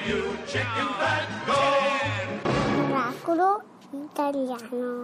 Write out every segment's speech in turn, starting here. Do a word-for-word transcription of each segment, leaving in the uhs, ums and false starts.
you chicken fat, go! Miracolo italiano.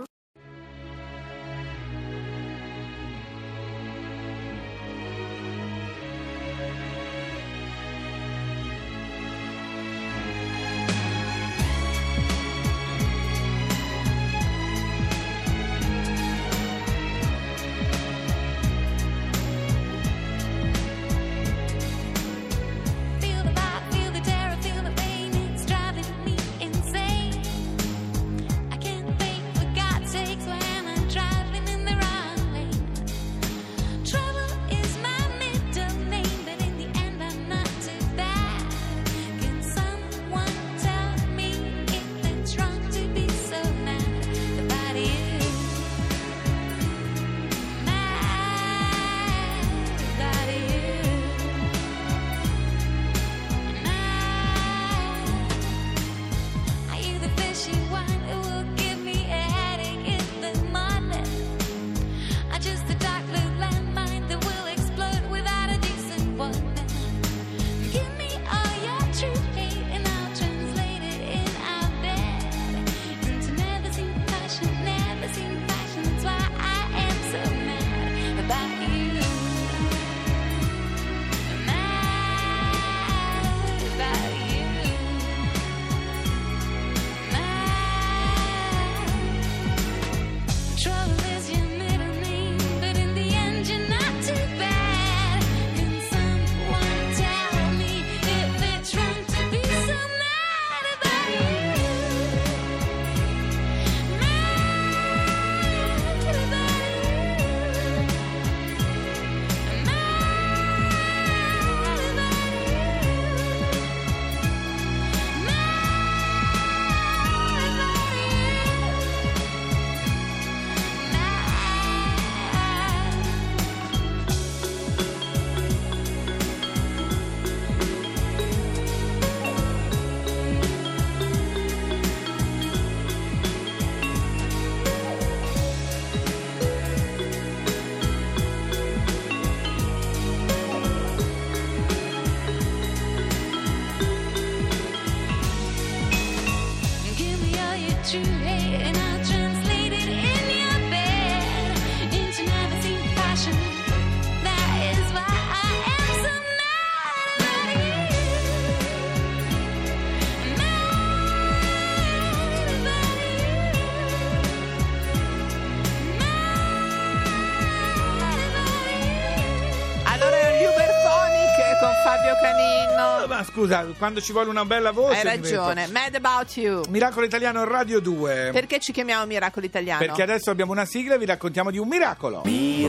Fabio Canino. Ma scusa, quando ci vuole una bella voce. Hai ragione. Mad About You. Miracolo Italiano Radio due. Perché ci chiamiamo Miracolo Italiano? Perché adesso abbiamo una sigla e vi raccontiamo di un miracolo.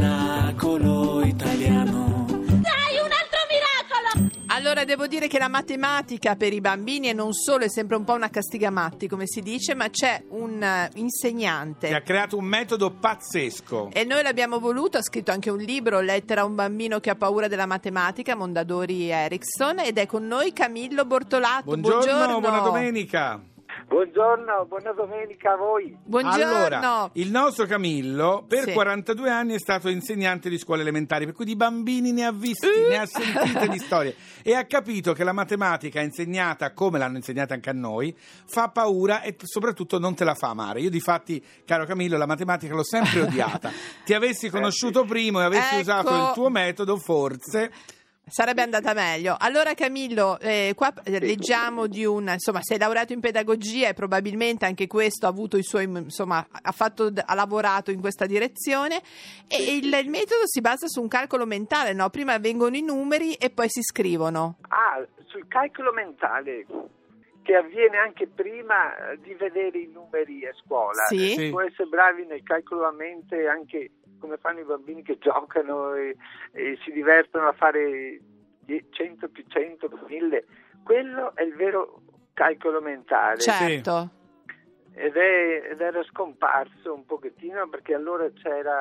Miracolo Italiano. Dai, un altro miracolo! Allora, devo dire che la matematica per i bambini e non solo è sempre un po' una castigamatti, come si dice, ma c'è un uh, insegnante Che ha creato un metodo pazzesco. e noi l'abbiamo voluto, ha scritto anche un libro, Lettera a un bambino che ha paura della matematica, Mondadori Erickson, ed è con noi Camillo Bortolato. Buongiorno, Buongiorno. buona domenica. Buongiorno, buona domenica a voi. Buongiorno. Allora, il nostro Camillo per Sì. quarantadue anni è stato insegnante di scuole elementari, per cui di bambini ne ha visti, ne ha sentite di storie e ha capito che la matematica insegnata come l'hanno insegnata anche a noi fa paura e soprattutto non te la fa amare. Io difatti, caro Camillo, la matematica l'ho sempre odiata. Ti avessi conosciuto prima e avessi Ecco. usato il tuo metodo, forse Sarebbe andata meglio. Allora Camillo, eh, qua eh, leggiamo di un, insomma, sei laureato in pedagogia e probabilmente anche questo ha avuto i suoi, insomma, ha fatto, ha lavorato in questa direzione e il, il metodo si basa su un calcolo mentale, no? Prima vengono i numeri e poi si scrivono. Ah, sul calcolo mentale, che avviene anche prima di vedere i numeri a scuola. Sì. Sì. Può essere bravi nel calcolo a mente anche come fanno i bambini che giocano e, e si divertono a fare cento più cento più mille. Quello è il vero calcolo mentale. Certo. Ed, è, ed era scomparso un pochettino perché allora c'era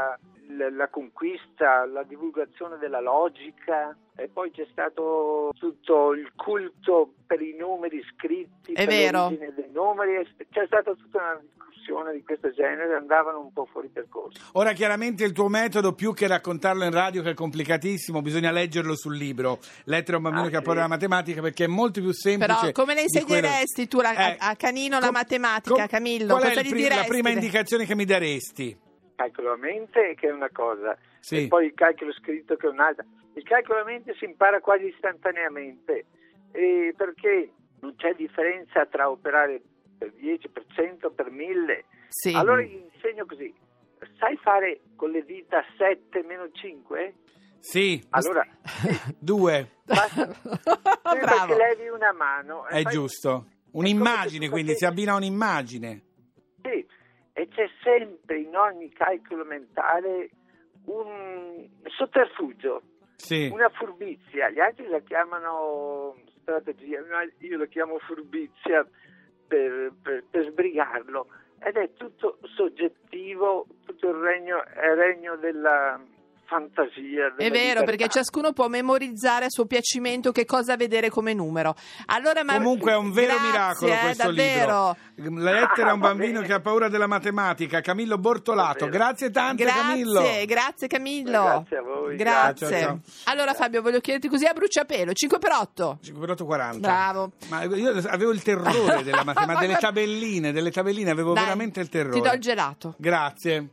l- la conquista, la divulgazione della logica, e poi c'è stato tutto il culto per i numeri scritti, È per vero. l'origine dei numeri, e c'è stata tutta una discussione di questo genere, andavano un po' fuori percorso. Ora chiaramente il tuo metodo, più che raccontarlo in radio che è complicatissimo, bisogna leggerlo sul libro Lettere a un bambino Ah, che ha sì. paura della matematica, perché è molto più semplice. Però come le di quello- insegneresti tu la- a- Eh, a Canino la com- matematica, com- Camillo? Qual è Cosa il gli pri- la diresti? prima indicazione che mi daresti? Calcolo a mente, che è una cosa, Sì. e poi il calcolo scritto, che è un'altra. Il calcolo a mente si impara quasi istantaneamente, eh, perché non c'è differenza tra operare per dieci, per cento, per mille. Sì. Allora gli insegno così: sai fare con le dita sette meno cinque? Sì. Allora Due. basta prima Bravo. che levi una mano e È fai- giusto. è Un'immagine, come se tu quindi si facessi- abbina a un'immagine. Sì, e c'è sempre in ogni calcolo mentale un sotterfugio, Sì. una furbizia. Gli altri la chiamano strategia, ma io la chiamo furbizia per, per, per sbrigarlo, ed è tutto soggettivo, tutto il regno è regno della fantasia. È della vero, libertà. perché ciascuno può memorizzare a suo piacimento che cosa vedere come numero. Allora, ma... Comunque è un vero Grazie, miracolo eh, questo davvero. libro. La lettera a un Ah, va bambino bene. che ha paura della matematica, Camillo Bortolato. Va bene. Grazie tante Camillo. Grazie, grazie Camillo. Grazie a voi, Grazie. grazie. Ciao, Allora Fabio, voglio chiederti così a bruciapelo, cinque per otto. cinque per otto quaranta. Bravo. Ma io avevo il terrore della matematica, delle tabelline, delle tabelline avevo Dai, veramente il terrore. Ti do il gelato. Grazie.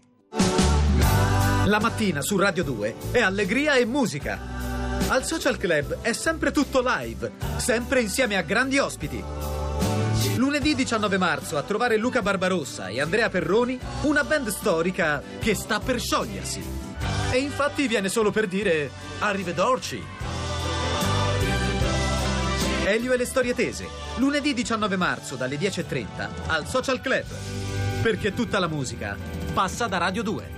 La mattina su Radio due è allegria e musica. Al Social Club è sempre tutto live, sempre insieme a grandi ospiti. Lunedì diciannove marzo a trovare Luca Barbarossa e Andrea Perroni, una band storica che sta per sciogliersi. E infatti viene solo per dire arrivederci. Elio e le storie tese, lunedì diciannove marzo dalle dieci e trenta al Social Club. Perché tutta la musica passa da Radio due.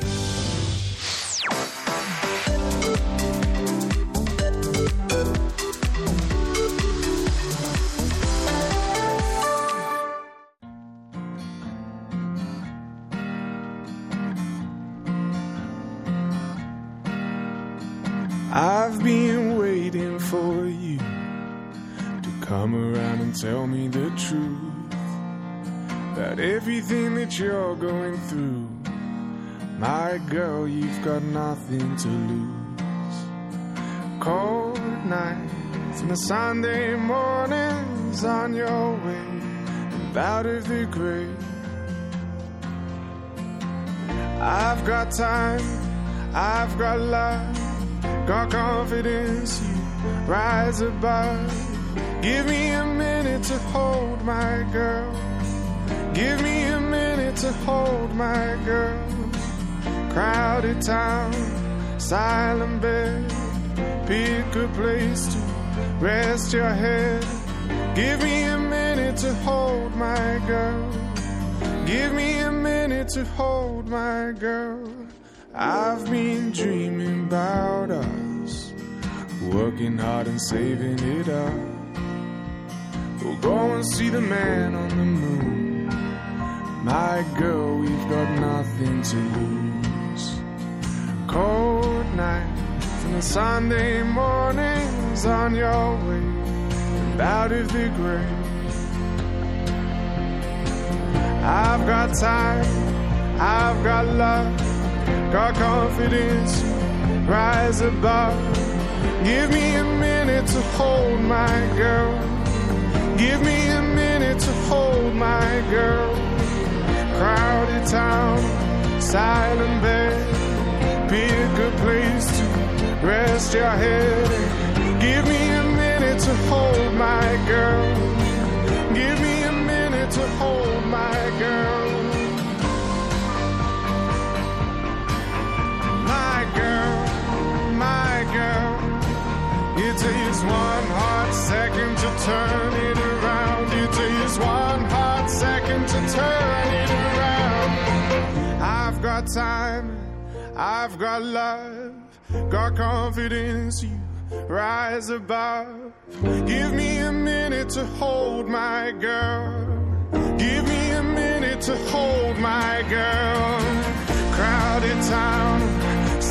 I've been waiting for you to come around and tell me the truth about everything that you're going through. My girl, you've got nothing to lose. Cold nights and a Sunday mornings on your way and out of the grave. I've got time, I've got love, got confidence, you rise above. Give me a minute to hold my girl. Give me a minute to hold my girl. Crowded town, silent bed. Pick a place to rest your head. Give me a minute to hold my girl. Give me a minute to hold my girl. I've been dreaming about us, working hard and saving it up. We'll go and see the man on the moon. My girl, we've got nothing to lose. Cold nights and a Sunday mornings on your way and out of the grave. I've got time, I've got love, got confidence, rise above. Give me a minute to hold my girl. Give me a minute to hold my girl. Crowded town, silent bed. Pick a place to rest your head. Give me a minute to hold my girl. Give me a minute to hold my girl. My girl, my girl. It takes one hot second to turn it around. It takes one hot second to turn it around. I've got time, I've got love, got confidence, you rise above. Give me a minute to hold my girl. Give me a minute to hold my girl. Crowded town,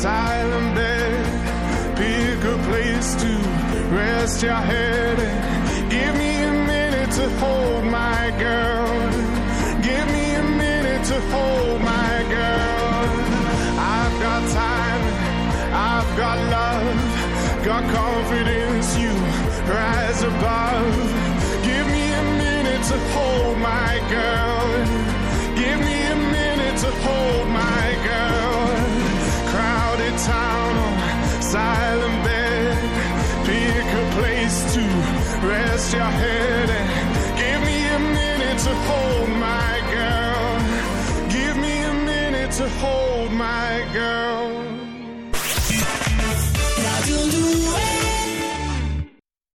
silent bed. Pick a place to rest your head and give me a minute to hold my girl. Give me a minute to hold my girl. I've got time, I've got love, got confidence, you rise above. Give me a minute to hold my girl. Give me a minute to hold my girl. Crowded town on silent bed. Pick a place to rest your head and give me a minute to hold my girl. Give me a minute to hold my girl.